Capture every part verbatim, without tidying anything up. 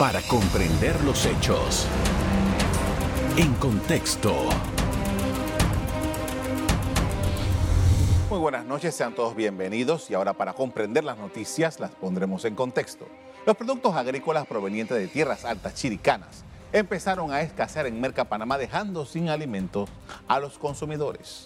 para comprender los hechos. En contexto. Muy buenas noches, sean todos bienvenidos y ahora para comprender las noticias las pondremos en contexto. Los productos agrícolas provenientes de tierras altas chiricanas empezaron a escasear en Merca Panamá, dejando sin alimentos a los consumidores.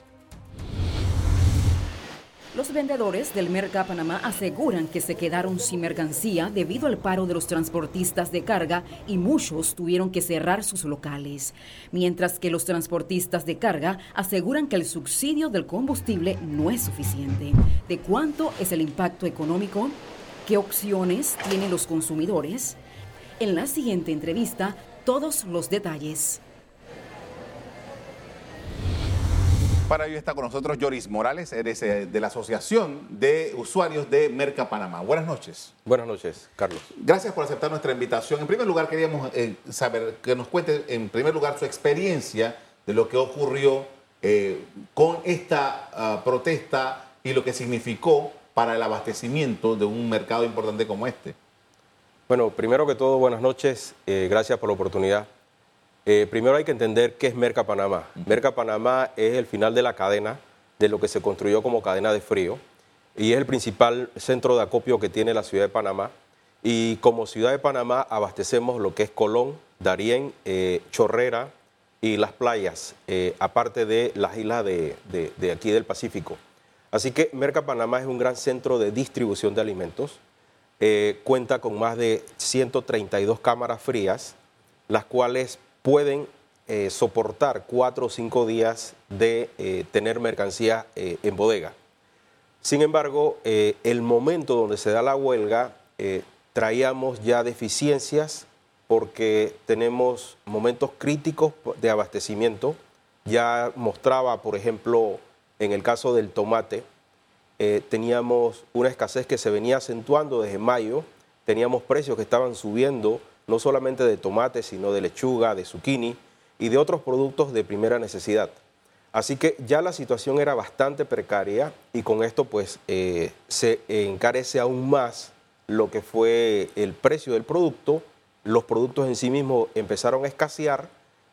Los vendedores del Merca Panamá aseguran que se quedaron sin mercancía debido al paro de los transportistas de carga y muchos tuvieron que cerrar sus locales. Mientras que los transportistas de carga aseguran que el subsidio del combustible no es suficiente. ¿De cuánto es el impacto económico? ¿Qué opciones tienen los consumidores? En la siguiente entrevista, todos los detalles. Para ello está con nosotros Yoris Morales, eres de la Asociación de Usuarios de Merca Panamá. Buenas noches. Buenas noches, Carlos. Gracias por aceptar nuestra invitación. En primer lugar, queríamos eh, saber, que nos cuente en primer lugar su experiencia de lo que ocurrió eh, con esta uh, protesta y lo que significó para el abastecimiento de un mercado importante como este. Bueno, primero que todo, buenas noches. Eh, gracias por la oportunidad. Eh, primero hay que entender qué es Merca Panamá. Uh-huh. Merca Panamá es el final de la cadena de lo que se construyó como cadena de frío y es el principal centro de acopio que tiene la ciudad de Panamá. Y como ciudad de Panamá abastecemos lo que es Colón, Darién, eh, Chorrera y las playas, eh, aparte de las islas de, de, de aquí del Pacífico. Así que Merca Panamá es un gran centro de distribución de alimentos. Eh, cuenta con más de ciento treinta y dos cámaras frías, las cuales pueden eh, soportar cuatro o cinco días de eh, tener mercancía eh, en bodega. Sin embargo, eh, el momento donde se da la huelga, eh, traíamos ya deficiencias porque tenemos momentos críticos de abastecimiento. Ya mostraba, por ejemplo, en el caso del tomate, eh, teníamos una escasez que se venía acentuando desde mayo, teníamos precios que estaban subiendo, no solamente de tomate, sino de lechuga, de zucchini y de otros productos de primera necesidad. Así que ya la situación era bastante precaria y con esto pues eh, se encarece aún más lo que fue el precio del producto. Los productos en sí mismos empezaron a escasear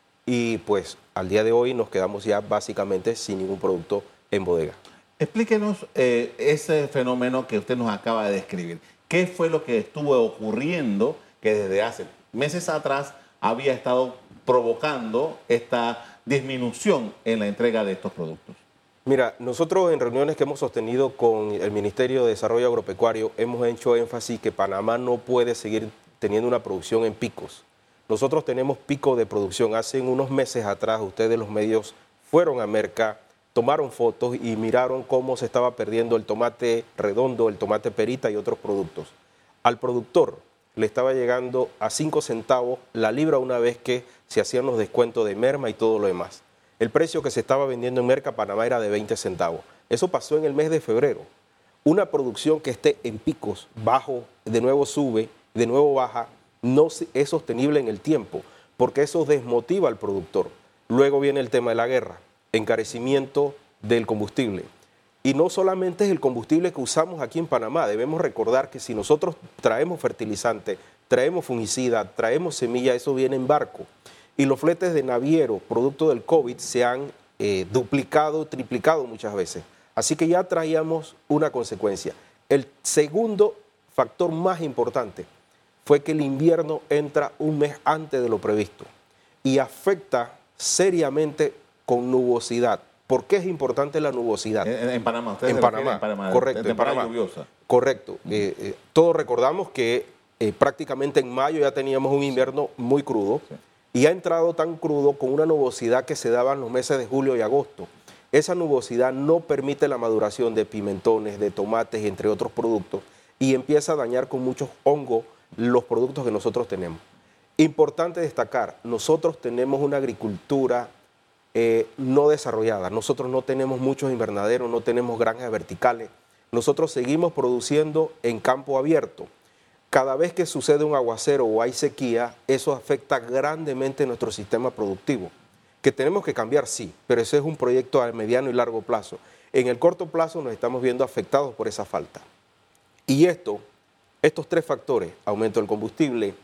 y pues al día de hoy nos quedamos ya básicamente sin ningún producto en bodega. Explíquenos eh, ese fenómeno que usted nos acaba de describir. ¿Qué fue lo que estuvo ocurriendo que desde hace meses atrás había estado provocando esta disminución en la entrega de estos productos? Mira, nosotros en reuniones que hemos sostenido con el Ministerio de Desarrollo Agropecuario hemos hecho énfasis que Panamá no puede seguir teniendo una producción en picos. Nosotros tenemos pico de producción. Hace unos meses atrás ustedes los medios fueron a Merca, tomaron fotos y miraron cómo se estaba perdiendo el tomate redondo, el tomate perita y otros productos. Al productor le estaba llegando a cinco centavos la libra una vez que se hacían los descuentos de merma y todo lo demás. El precio que se estaba vendiendo en Merca Panamá era de veinte centavos. Eso pasó en el mes de febrero. Una producción que esté en picos, bajo, de nuevo sube, de nuevo baja, no es sostenible en el tiempo, porque eso desmotiva al productor. Luego viene el tema de la guerra, encarecimiento del combustible. Y no solamente es el combustible que usamos aquí en Panamá, debemos recordar que si nosotros traemos fertilizante, traemos fungicida, traemos semilla, eso viene en barco. Y los fletes de naviero, producto del COVID, se han eh, duplicado, triplicado muchas veces. Así que ya traíamos una consecuencia. El segundo factor más importante fue que el invierno entra un mes antes de lo previsto y afecta seriamente con nubosidad. ¿Por qué es importante la nubosidad? En, en Panamá, ustedes en Panamá, en Panamá, correcto, en Panamá lluviosa. Correcto. Eh, eh, todos recordamos que eh, prácticamente en mayo ya teníamos un invierno muy crudo sí. y ha entrado tan crudo con una nubosidad que se daba en los meses de julio y agosto. Esa nubosidad no permite la maduración de pimentones, de tomates, entre otros productos, y empieza a dañar con muchos hongos los productos que nosotros tenemos. Importante destacar, nosotros tenemos una agricultura Eh, no desarrollada. Nosotros no tenemos muchos invernaderos, no tenemos granjas verticales. Nosotros seguimos produciendo en campo abierto. Cada vez que sucede un aguacero o hay sequía, eso afecta grandemente nuestro sistema productivo. Que tenemos que cambiar, sí, pero ese es un proyecto a mediano y largo plazo. En el corto plazo nos estamos viendo afectados por esa falta. Y esto, estos tres factores, aumento del combustible,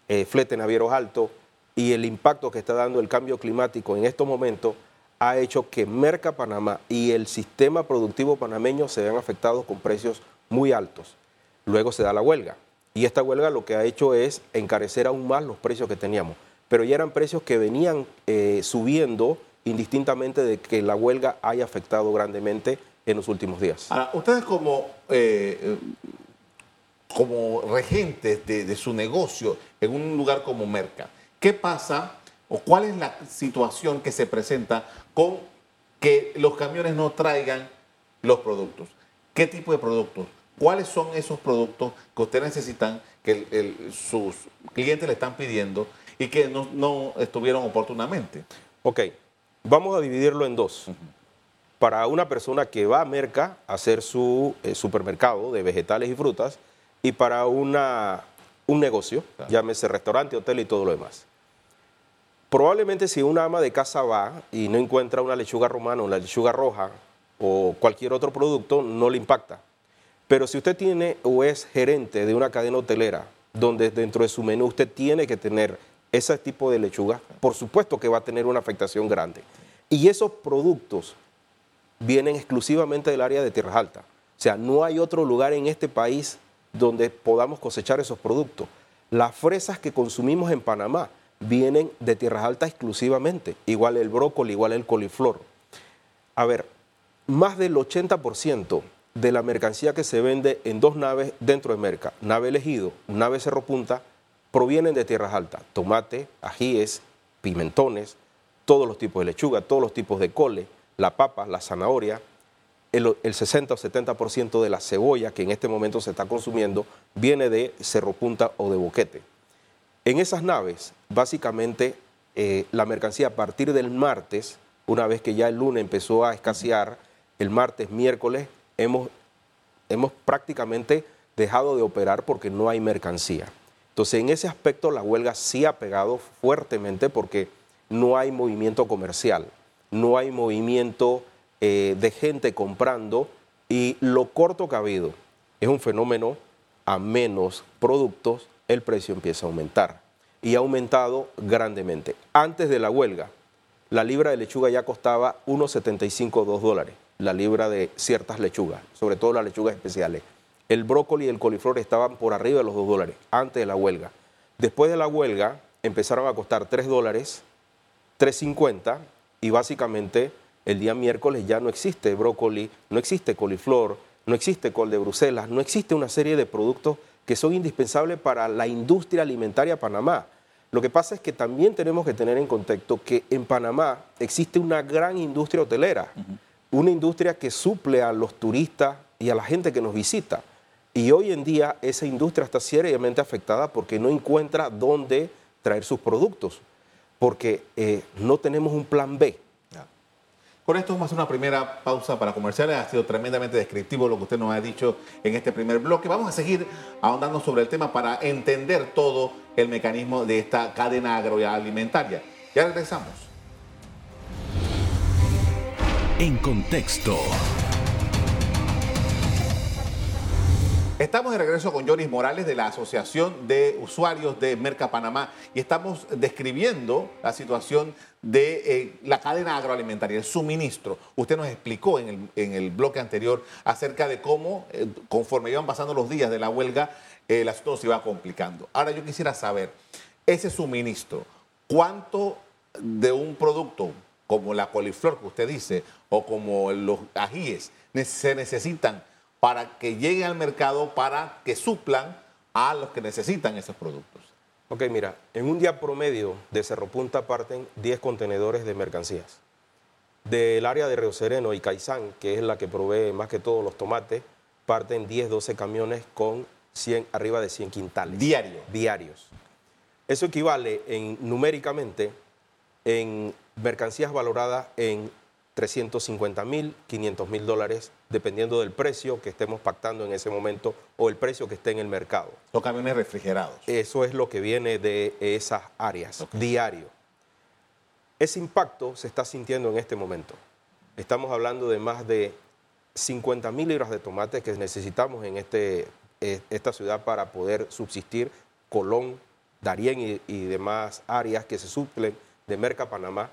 eh, flete navieros alto y el impacto que está dando el cambio climático en estos momentos ha hecho que Merca Panamá y el sistema productivo panameño se vean afectados con precios muy altos. Luego se da la huelga y esta huelga lo que ha hecho es encarecer aún más los precios que teníamos, pero ya eran precios que venían eh, subiendo indistintamente de que la huelga haya afectado grandemente en los últimos días. Ahora, ustedes como, eh, como regentes de, de su negocio en un lugar como Merca, ¿qué pasa o cuál es la situación que se presenta con que los camiones no traigan los productos? ¿Qué tipo de productos? ¿Cuáles son esos productos que ustedes necesitan, que el, el, sus clientes le están pidiendo y que no, no estuvieron oportunamente? Ok, vamos a dividirlo en dos. Uh-huh. Para una persona que va a Merca a hacer su eh, supermercado de vegetales y frutas y para una, un negocio, claro, llámese restaurante, hotel y todo lo demás. Probablemente si una ama de casa va y no encuentra una lechuga romana, una lechuga roja o cualquier otro producto, no le impacta. Pero si usted tiene o es gerente de una cadena hotelera donde dentro de su menú usted tiene que tener ese tipo de lechuga, por supuesto que va a tener una afectación grande. Y esos productos vienen exclusivamente del área de Tierras Altas. O sea, no hay otro lugar en este país donde podamos cosechar esos productos. Las fresas que consumimos en Panamá vienen de Tierras Altas exclusivamente, igual el brócoli, igual el coliflor. A ver, más del ochenta por ciento de la mercancía que se vende en dos naves dentro de Merca, nave Elegido, nave Cerro Punta, provienen de Tierras Altas. Tomate, ajíes, pimentones, todos los tipos de lechuga, todos los tipos de cole, la papa, la zanahoria, el, el sesenta o setenta por ciento de la cebolla que en este momento se está consumiendo viene de Cerro Punta o de Boquete. En esas naves, básicamente, eh, la mercancía a partir del martes, una vez que ya el lunes empezó a escasear, el martes, miércoles, hemos, hemos prácticamente dejado de operar porque no hay mercancía. Entonces, en ese aspecto, la huelga sí ha pegado fuertemente porque no hay movimiento comercial, no hay movimiento eh, de gente comprando y lo corto que ha habido es un fenómeno a menos productos, el precio empieza a aumentar y ha aumentado grandemente. Antes de la huelga, la libra de lechuga ya costaba uno setenta y cinco, dos dólares, la libra de ciertas lechugas, sobre todo las lechugas especiales. El brócoli y el coliflor estaban por arriba de los dos dólares antes de la huelga. Después de la huelga empezaron a costar tres dólares, tres cincuenta y básicamente el día miércoles ya no existe brócoli, no existe coliflor, no existe col de Bruselas, no existe una serie de productos que son indispensables para la industria alimentaria de Panamá. Lo que pasa es que también tenemos que tener en contexto que en Panamá existe una gran industria hotelera, uh-huh. una industria que suple a los turistas y a la gente que nos visita. Y hoy en día esa industria está seriamente afectada porque no encuentra dónde traer sus productos, porque eh, no tenemos un plan B. Con esto vamos a hacer una primera pausa para comerciales. Ha sido tremendamente descriptivo lo que usted nos ha dicho en este primer bloque. Vamos a seguir ahondando sobre el tema para entender todo el mecanismo de esta cadena agroalimentaria. Ya regresamos. En contexto. Estamos de regreso con Joris Morales de la Asociación de Usuarios de Merca Panamá y estamos describiendo la situación de eh, la cadena agroalimentaria, el suministro. Usted nos explicó en el, en el bloque anterior acerca de cómo, eh, conforme iban pasando los días de la huelga, eh, el asunto se iba complicando. Ahora yo quisiera saber, ese suministro, ¿cuánto de un producto como la coliflor que usted dice o como los ajíes se necesitan para que lleguen al mercado, para que suplan a los que necesitan esos productos? Ok, mira, en un día promedio de Cerro Punta parten diez contenedores de mercancías. Del área de Río Sereno y Caizán, que es la que provee más que todo los tomates, parten diez, doce camiones con cien, arriba de cien quintales. ¿Diario? Diarios. Eso equivale en, numéricamente en mercancías valoradas en trescientos cincuenta mil, quinientos mil dólares, dependiendo del precio que estemos pactando en ese momento o el precio que esté en el mercado. Los camiones refrigerados. Eso es lo que viene de esas áreas, okay. Diario. Ese impacto se está sintiendo en este momento. Estamos hablando de más de cincuenta mil libras de tomate que necesitamos en este, esta ciudad para poder subsistir. Colón, Darién y, y demás áreas que se suplen de Merca Panamá,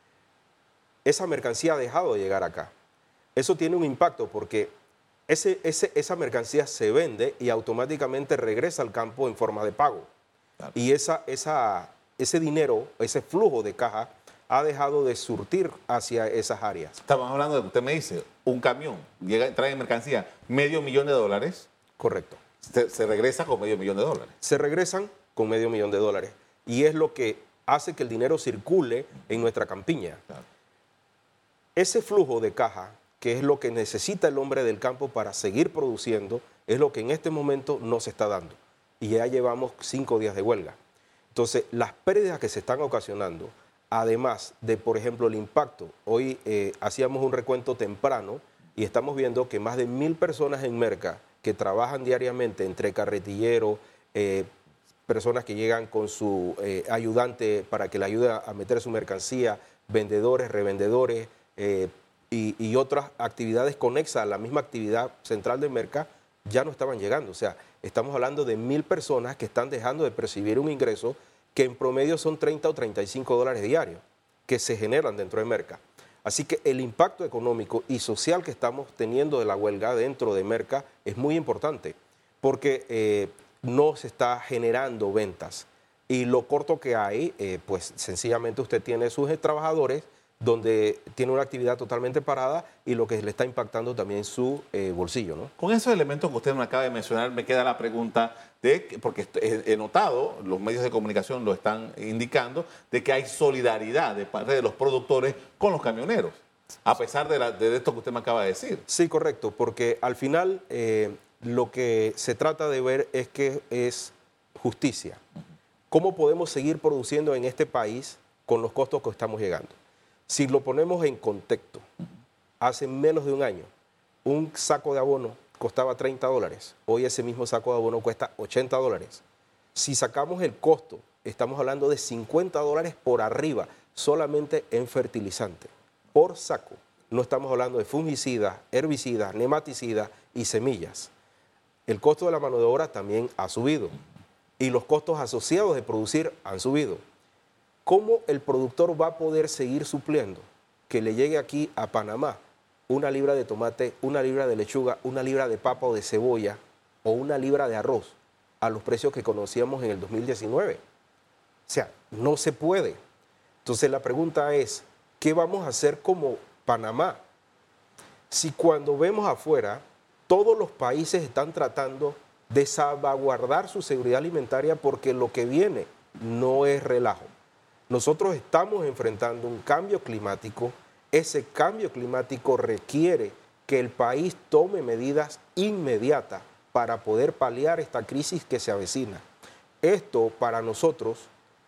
esa mercancía ha dejado de llegar acá. Eso tiene un impacto porque ese, ese, esa mercancía se vende y automáticamente regresa al campo en forma de pago. Claro. Y esa, esa, ese dinero, ese flujo de caja, ha dejado de surtir hacia esas áreas. Estamos hablando de que usted me dice, un camión llega, trae mercancía, medio millón de dólares. Correcto. Se, se regresa con medio millón de dólares. Se regresan con medio millón de dólares. Y es lo que hace que el dinero circule en nuestra campiña. Claro. Ese flujo de caja, que es lo que necesita el hombre del campo para seguir produciendo, es lo que en este momento no se está dando. Y ya llevamos cinco días de huelga. Entonces, las pérdidas que se están ocasionando, además de, por ejemplo, el impacto, hoy eh, hacíamos un recuento temprano y estamos viendo que más de mil personas en Merca que trabajan diariamente entre carretilleros, eh, personas que llegan con su eh, ayudante para que le ayude a meter su mercancía, vendedores, revendedores eh, y, y otras actividades conexas a la misma actividad central de Merca, ya no estaban llegando. O sea, estamos hablando de mil personas que están dejando de percibir un ingreso que en promedio son treinta o treinta y cinco dólares diarios que se generan dentro de Merca. Así que el impacto económico y social que estamos teniendo de la huelga dentro de Merca es muy importante porque eh, no se está generando ventas. Y lo corto que hay, eh, pues sencillamente usted tiene sus trabajadores donde tiene una actividad totalmente parada y lo que le está impactando también su eh, bolsillo, ¿no? Con esos elementos que usted me acaba de mencionar, me queda la pregunta de, porque he notado, los medios de comunicación lo están indicando, de que hay solidaridad de parte de los productores con los camioneros, a pesar de, la, de esto que usted me acaba de decir. Sí, correcto, porque al final eh, lo que se trata de ver es que es justicia. ¿Cómo podemos seguir produciendo en este país con los costos que estamos llegando? Si lo ponemos en contexto, hace menos de un año, un saco de abono costaba treinta dólares. Hoy ese mismo saco de abono cuesta ochenta dólares. Si sacamos el costo, estamos hablando de cincuenta dólares por arriba, solamente en fertilizante, por saco. No estamos hablando de fungicidas, herbicidas, nematicidas y semillas. El costo de la mano de obra también ha subido y los costos asociados de producir han subido. ¿Cómo el productor va a poder seguir supliendo que le llegue aquí a Panamá una libra de tomate, una libra de lechuga, una libra de papa o de cebolla o una libra de arroz a los precios que conocíamos en el dos mil diecinueve? O sea, no se puede. Entonces la pregunta es, ¿qué vamos a hacer como Panamá? Si cuando vemos afuera, todos los países están tratando de salvaguardar su seguridad alimentaria porque lo que viene no es relajo. Nosotros estamos enfrentando un cambio climático. Ese cambio climático requiere que el país tome medidas inmediatas para poder paliar esta crisis que se avecina. Esto para nosotros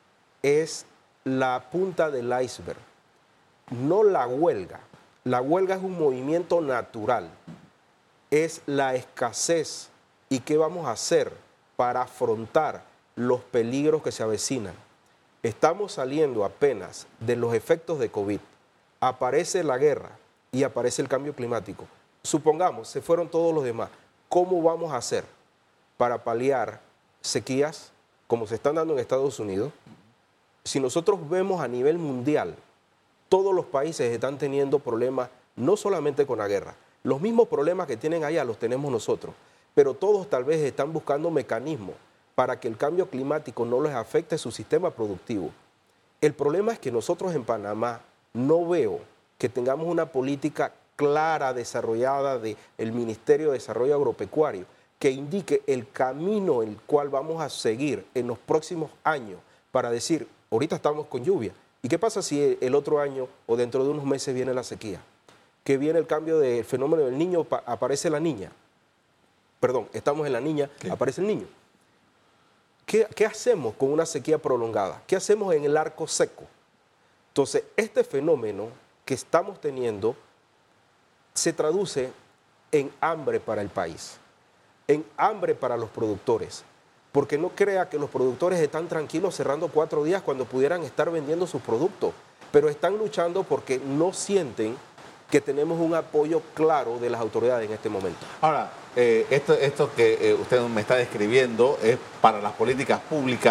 es la punta del iceberg, no la huelga. La huelga es un movimiento natural, es la escasez y qué vamos a hacer para afrontar los peligros que se avecinan. Estamos saliendo apenas de los efectos de COVID. Aparece la guerra y aparece el cambio climático. Supongamos, se fueron todos los demás. ¿Cómo vamos a hacer para paliar sequías como se están dando en Estados Unidos? Si nosotros vemos a nivel mundial, todos los países están teniendo problemas, no solamente con la guerra. Los mismos problemas que tienen allá los tenemos nosotros, pero todos tal vez están buscando mecanismos para que el cambio climático no les afecte su sistema productivo. El problema es que nosotros en Panamá no veo que tengamos una política clara, desarrollada del Ministerio de Desarrollo Agropecuario, que indique el camino en el cual vamos a seguir en los próximos años para decir, ahorita estamos con lluvia, ¿y qué pasa si el otro año o dentro de unos meses viene la sequía? Que viene el cambio del fenómeno del niño, aparece la niña. Perdón, estamos en la niña, ¿qué? Aparece el niño. ¿Qué, ¿Qué hacemos con una sequía prolongada? ¿Qué hacemos en el arco seco? Entonces, este fenómeno que estamos teniendo se traduce en hambre para el país, en hambre para los productores, porque no crea que los productores están tranquilos cerrando cuatro días cuando pudieran estar vendiendo sus productos, pero están luchando porque no sienten que tenemos un apoyo claro de las autoridades en este momento. Ahora, eh, esto, esto que eh, usted me está describiendo es para las políticas públicas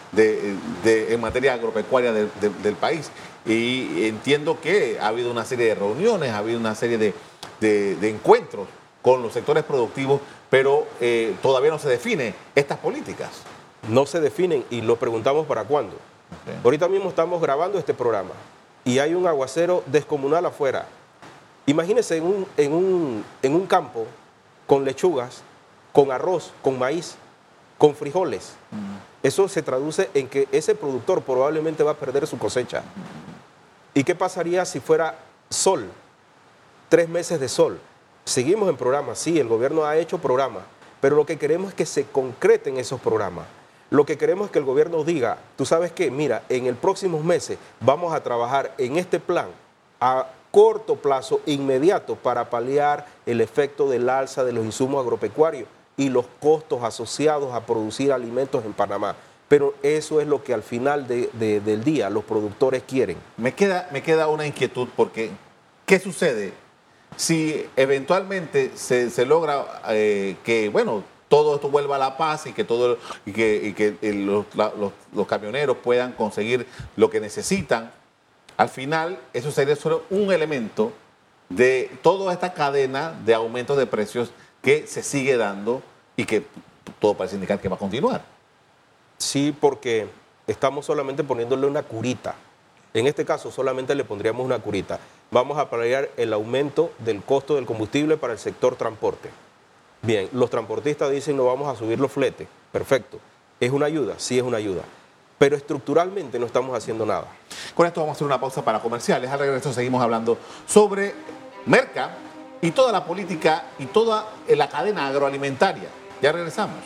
de, de, en materia agropecuaria de, de, del país. Y entiendo que ha habido una serie de reuniones, ha habido una serie de, de, de encuentros con los sectores productivos, pero eh, todavía no se definen estas políticas. No se definen y lo preguntamos para cuándo. Okay. Ahorita mismo estamos grabando este programa y hay un aguacero descomunal afuera. Imagínense en un, en un, en un campo con lechugas, con arroz, con maíz, con frijoles. Mm. Eso se traduce en que ese productor probablemente va a perder su cosecha. ¿Y qué pasaría si fuera sol? Tres meses de sol. Seguimos en programas, sí, el gobierno ha hecho programas, pero lo que queremos es que se concreten esos programas. Lo que queremos es que el gobierno diga, tú sabes qué, mira, en el próximos meses vamos a trabajar en este plan a corto plazo, inmediato, para paliar el efecto del alza de los insumos agropecuarios y los costos asociados a producir alimentos en Panamá. Pero eso es lo que al final de, de, del día los productores quieren. Me queda, me queda una inquietud porque, ¿qué sucede si eventualmente se, se logra eh, que, bueno, todo esto vuelva a la paz y que, todo, y que, y que los, la, los, los camioneros puedan conseguir lo que necesitan? Al final, eso sería solo un elemento de toda esta cadena de aumentos de precios que se sigue dando y que todo parece indicar que va a continuar. Sí, porque estamos solamente poniéndole una curita. En este caso, solamente le pondríamos una curita. Vamos a paliar el aumento del costo del combustible para el sector transporte. Bien, los transportistas dicen no vamos a subir los fletes. Perfecto. ¿Es una ayuda? Sí, es una ayuda. Pero estructuralmente no estamos haciendo nada. Con esto vamos a hacer una pausa para comerciales. Al regreso seguimos hablando sobre Merca y toda la política y toda la cadena agroalimentaria. Ya regresamos.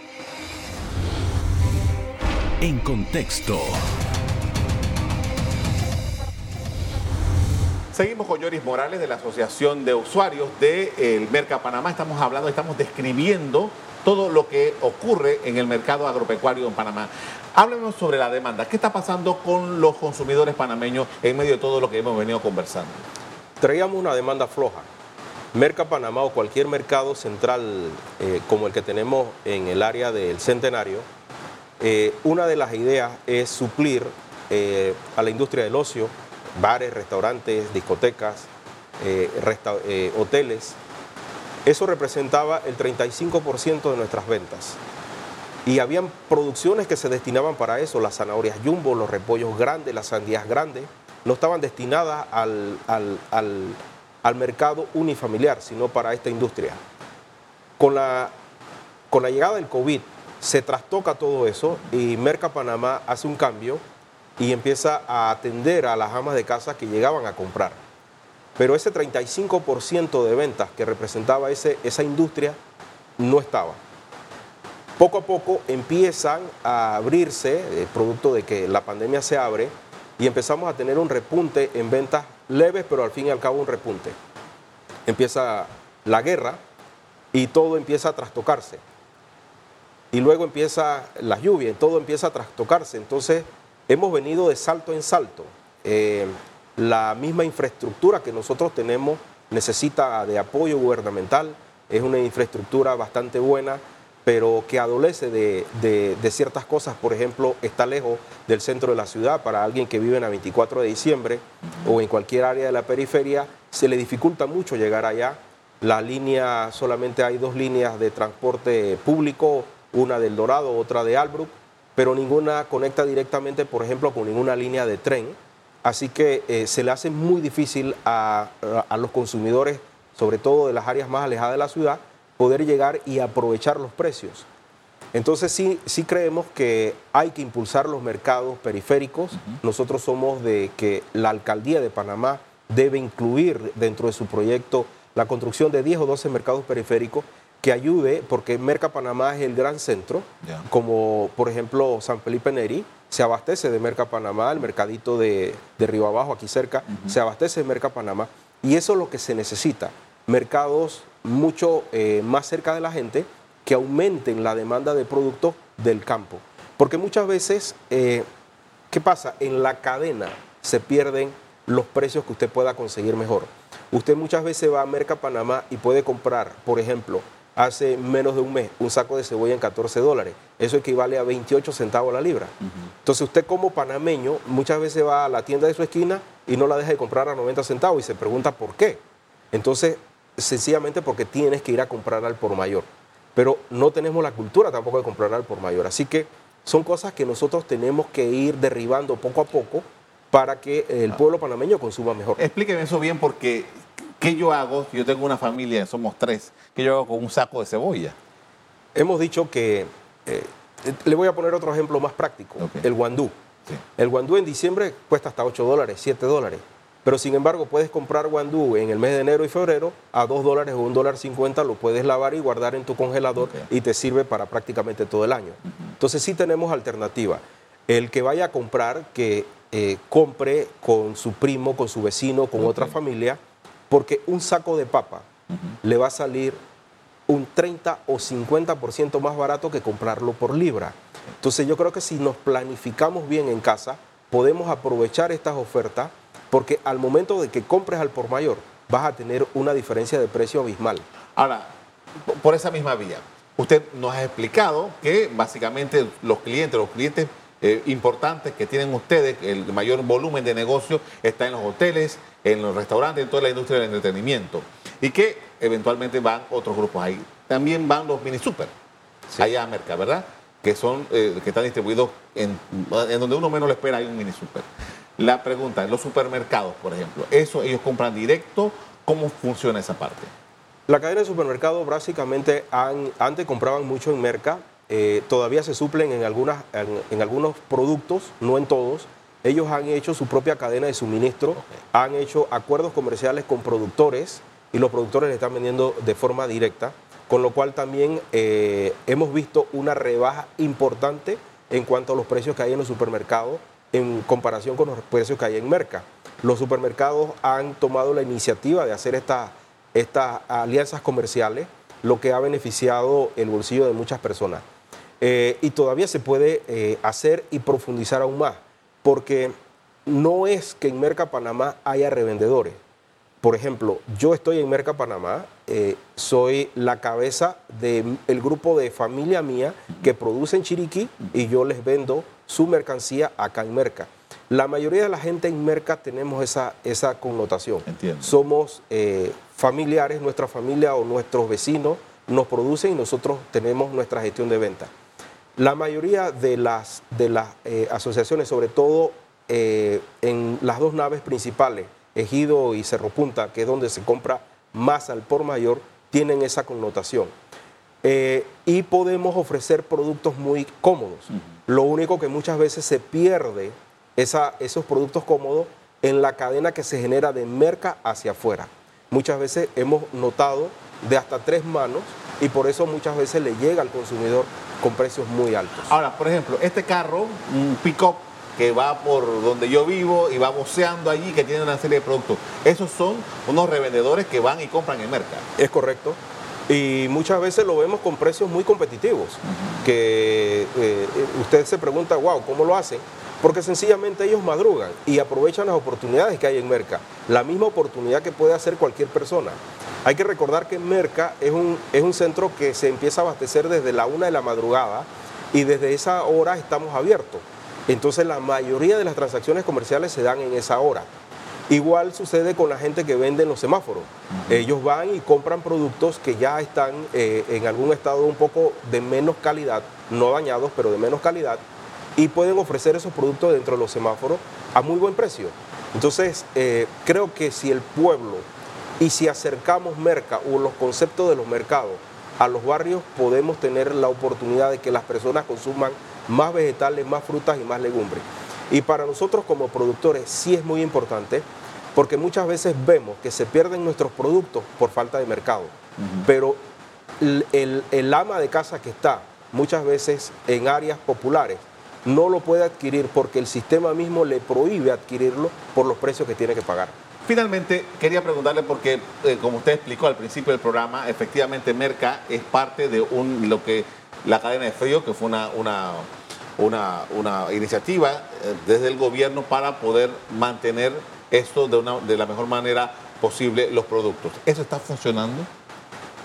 En contexto. Seguimos con Yoris Morales de la Asociación de Usuarios del Merca Panamá. Estamos hablando, estamos describiendo todo lo que ocurre en el mercado agropecuario en Panamá. Háblenos sobre la demanda. ¿Qué está pasando con los consumidores panameños en medio de todo lo que hemos venido conversando? Traíamos una demanda floja. Merca Panamá o cualquier mercado central eh, como el que tenemos en el área del Centenario, eh, una de las ideas es suplir eh, a la industria del ocio, bares, restaurantes, discotecas, eh, resta eh, hoteles. Eso representaba el treinta y cinco por ciento de nuestras ventas. Y habían producciones que se destinaban para eso, las zanahorias jumbo, los repollos grandes, las sandías grandes, no estaban destinadas al, al, al, al mercado unifamiliar, sino para esta industria. Con la, con la llegada del COVID se trastoca todo eso y Merca Panamá hace un cambio y empieza a atender a las amas de casa que llegaban a comprar. Pero ese treinta y cinco por ciento de ventas que representaba ese, esa industria no estaba. Poco a poco empiezan a abrirse, eh, producto de que la pandemia se abre, y empezamos a tener un repunte en ventas leves, pero al fin y al cabo un repunte. Empieza la guerra y todo empieza a trastocarse. Y luego empieza la lluvia y todo empieza a trastocarse. Entonces hemos venido de salto en salto. Eh, la misma infraestructura que nosotros tenemos necesita de apoyo gubernamental. Es una infraestructura bastante buena, pero que adolece de, de, de ciertas cosas. Por ejemplo, está lejos del centro de la ciudad. Para alguien que vive en la veinticuatro de diciembre o en cualquier área de la periferia, se le dificulta mucho llegar allá. La línea, solamente hay dos líneas de transporte público, una del Dorado, otra de Albrook, pero ninguna conecta directamente, por ejemplo, con ninguna línea de tren. Así que eh, se le hace muy difícil a, a, a los consumidores, sobre todo de las áreas más alejadas de la ciudad, poder llegar y aprovechar los precios. Entonces sí, sí creemos que hay que impulsar los mercados periféricos. Uh-huh. Nosotros somos de que la Alcaldía de Panamá debe incluir dentro de su proyecto la construcción de diez o doce mercados periféricos que ayude, porque Merca Panamá es el gran centro, yeah. como por ejemplo San Felipe Neri, se abastece de Merca Panamá, el mercadito de, de Río Abajo, aquí cerca, uh-huh. se abastece de Merca Panamá, y eso es lo que se necesita, mercados mucho eh, más cerca de la gente, que aumenten la demanda de productos del campo. Porque muchas veces, eh, ¿qué pasa? En la cadena se pierden los precios que usted pueda conseguir mejor. Usted muchas veces va a Merca Panamá y puede comprar, por ejemplo, hace menos de un mes un saco de cebolla en catorce dólares. Eso equivale a veintiocho centavos la libra. Uh-huh. Entonces usted como panameño muchas veces va a la tienda de su esquina y no la deja de comprar a noventa centavos y se pregunta por qué. Entonces, sencillamente porque tienes que ir a comprar al por mayor. Pero no tenemos la cultura tampoco de comprar al por mayor. Así que son cosas que nosotros tenemos que ir derribando poco a poco para que el pueblo panameño consuma mejor. Explíqueme eso bien porque ¿qué yo hago? Yo tengo una familia, somos tres. ¿Qué yo hago con un saco de cebolla? Hemos dicho que, eh, le voy a poner otro ejemplo más práctico, okay. El guandú. Sí. El guandú en diciembre cuesta hasta ocho dólares, siete dólares. Pero sin embargo puedes comprar guandú en el mes de enero y febrero a dos dólares o un dólar cincuenta, lo puedes lavar y guardar en tu congelador okay. y te sirve para prácticamente todo el año. Uh-huh. Entonces sí tenemos alternativa. El que vaya a comprar, que eh, compre con su primo, con su vecino, con okay. otra familia, porque un saco de papa uh-huh. le va a salir un treinta o cincuenta por ciento más barato que comprarlo por libra. Entonces yo creo que si nos planificamos bien en casa, podemos aprovechar estas ofertas, porque al momento de que compres al por mayor, vas a tener una diferencia de precio abismal. Ahora, por esa misma vía, usted nos ha explicado que básicamente los clientes, los clientes eh, importantes que tienen ustedes, el mayor volumen de negocio está en los hoteles, en los restaurantes, en toda la industria del entretenimiento, y que eventualmente van otros grupos ahí. También van los mini super, sí. allá a Merca, ¿verdad? Que son, eh, que están distribuidos en, en donde uno menos lo espera, hay un mini super. La pregunta, los supermercados, por ejemplo, ¿eso ellos compran directo? ¿Cómo funciona esa parte? La cadena de supermercados básicamente han, antes compraban mucho en Merca, eh, todavía se suplen en, algunas, en, en algunos productos, no en todos. Ellos han hecho su propia cadena de suministro, okay. han hecho acuerdos comerciales con productores y los productores le están vendiendo de forma directa, con lo cual también eh, hemos visto una rebaja importante en cuanto a los precios que hay en los supermercados en comparación con los precios que hay en Merca. Los supermercados han tomado la iniciativa de hacer estas estas alianzas comerciales, lo que ha beneficiado el bolsillo de muchas personas. Eh, y todavía se puede eh, hacer y profundizar aún más, porque no es que en Merca Panamá haya revendedores. Por ejemplo, yo estoy en Merca Panamá, eh, soy la cabeza del grupo de familia mía que produce en Chiriquí y yo les vendo su mercancía acá en Merca. La mayoría de la gente en Merca tenemos esa, esa connotación. Entiendo. Somos eh, familiares, nuestra familia o nuestros vecinos nos producen y nosotros tenemos nuestra gestión de venta. La mayoría de las, de las eh, asociaciones, sobre todo eh, en las dos naves principales, Ejido y Cerro Punta, que es donde se compra más al por mayor, tienen esa connotación. Eh, y podemos ofrecer productos muy cómodos. Uh-huh. Lo único que muchas veces se pierde esa, esos productos cómodos en la cadena que se genera de Merca hacia afuera. Muchas veces hemos notado de hasta tres manos y por eso muchas veces le llega al consumidor con precios muy altos. Ahora, por ejemplo, este carro, un pick-up que va por donde yo vivo y va voceando allí, que tiene una serie de productos, esos son unos revendedores que van y compran en Merca. Es correcto. Y muchas veces lo vemos con precios muy competitivos, uh-huh. que eh, usted se pregunta, wow, ¿cómo lo hacen? Porque sencillamente ellos madrugan y aprovechan las oportunidades que hay en Merca, la misma oportunidad que puede hacer cualquier persona. Hay que recordar que Merca es un, es un centro que se empieza a abastecer desde la una de la madrugada y desde esa hora estamos abiertos. Entonces la mayoría de las transacciones comerciales se dan en esa hora. Igual sucede con la gente que vende en los semáforos. Uh-huh. Ellos van y compran productos que ya están eh, en algún estado un poco de menos calidad, no dañados, pero de menos calidad, y pueden ofrecer esos productos dentro de los semáforos a muy buen precio. Entonces, eh, creo que si el pueblo y si acercamos Merca o los conceptos de los mercados a los barrios, podemos tener la oportunidad de que las personas consuman más vegetales, más frutas y más legumbres. Y para nosotros como productores sí es muy importante, porque muchas veces vemos que se pierden nuestros productos por falta de mercado. Uh-huh. Pero el, el, el ama de casa que está muchas veces en áreas populares no lo puede adquirir porque el sistema mismo le prohíbe adquirirlo por los precios que tiene que pagar. Finalmente, quería preguntarle porque, eh, como usted explicó al principio del programa, efectivamente Merca es parte de un, lo que la cadena de frío, que fue una, una, una, una iniciativa eh, desde el gobierno para poder mantener esto de, una, de la mejor manera posible, los productos. ¿Eso está funcionando?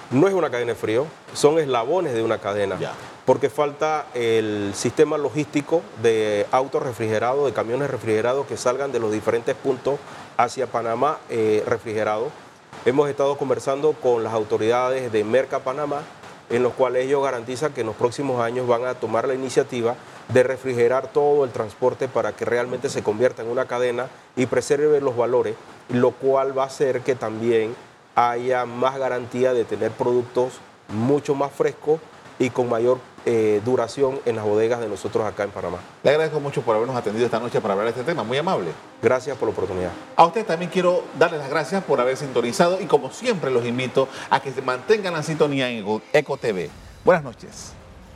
No es una cadena de frío, son eslabones de una cadena, Ya. porque falta el sistema logístico de autos refrigerados, de camiones refrigerados que salgan de los diferentes puntos hacia Panamá eh, refrigerados. Hemos estado conversando con las autoridades de Merca Panamá, en los cuales ellos garantizan que en los próximos años van a tomar la iniciativa de refrigerar todo el transporte para que realmente se convierta en una cadena y preserve los valores, lo cual va a hacer que también haya más garantía de tener productos mucho más frescos y con mayor eh, duración en las bodegas de nosotros acá en Panamá. Le agradezco mucho por habernos atendido esta noche para hablar de este tema, muy amable. Gracias por la oportunidad. A usted también quiero darles las gracias por haber sintonizado y como siempre los invito a que se mantengan la sintonía en Eco T V. Buenas noches.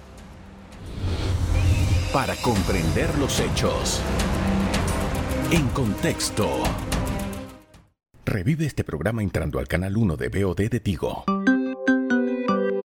Para comprender los hechos. En contexto. Revive este programa entrando al canal uno de V O D de Tigo.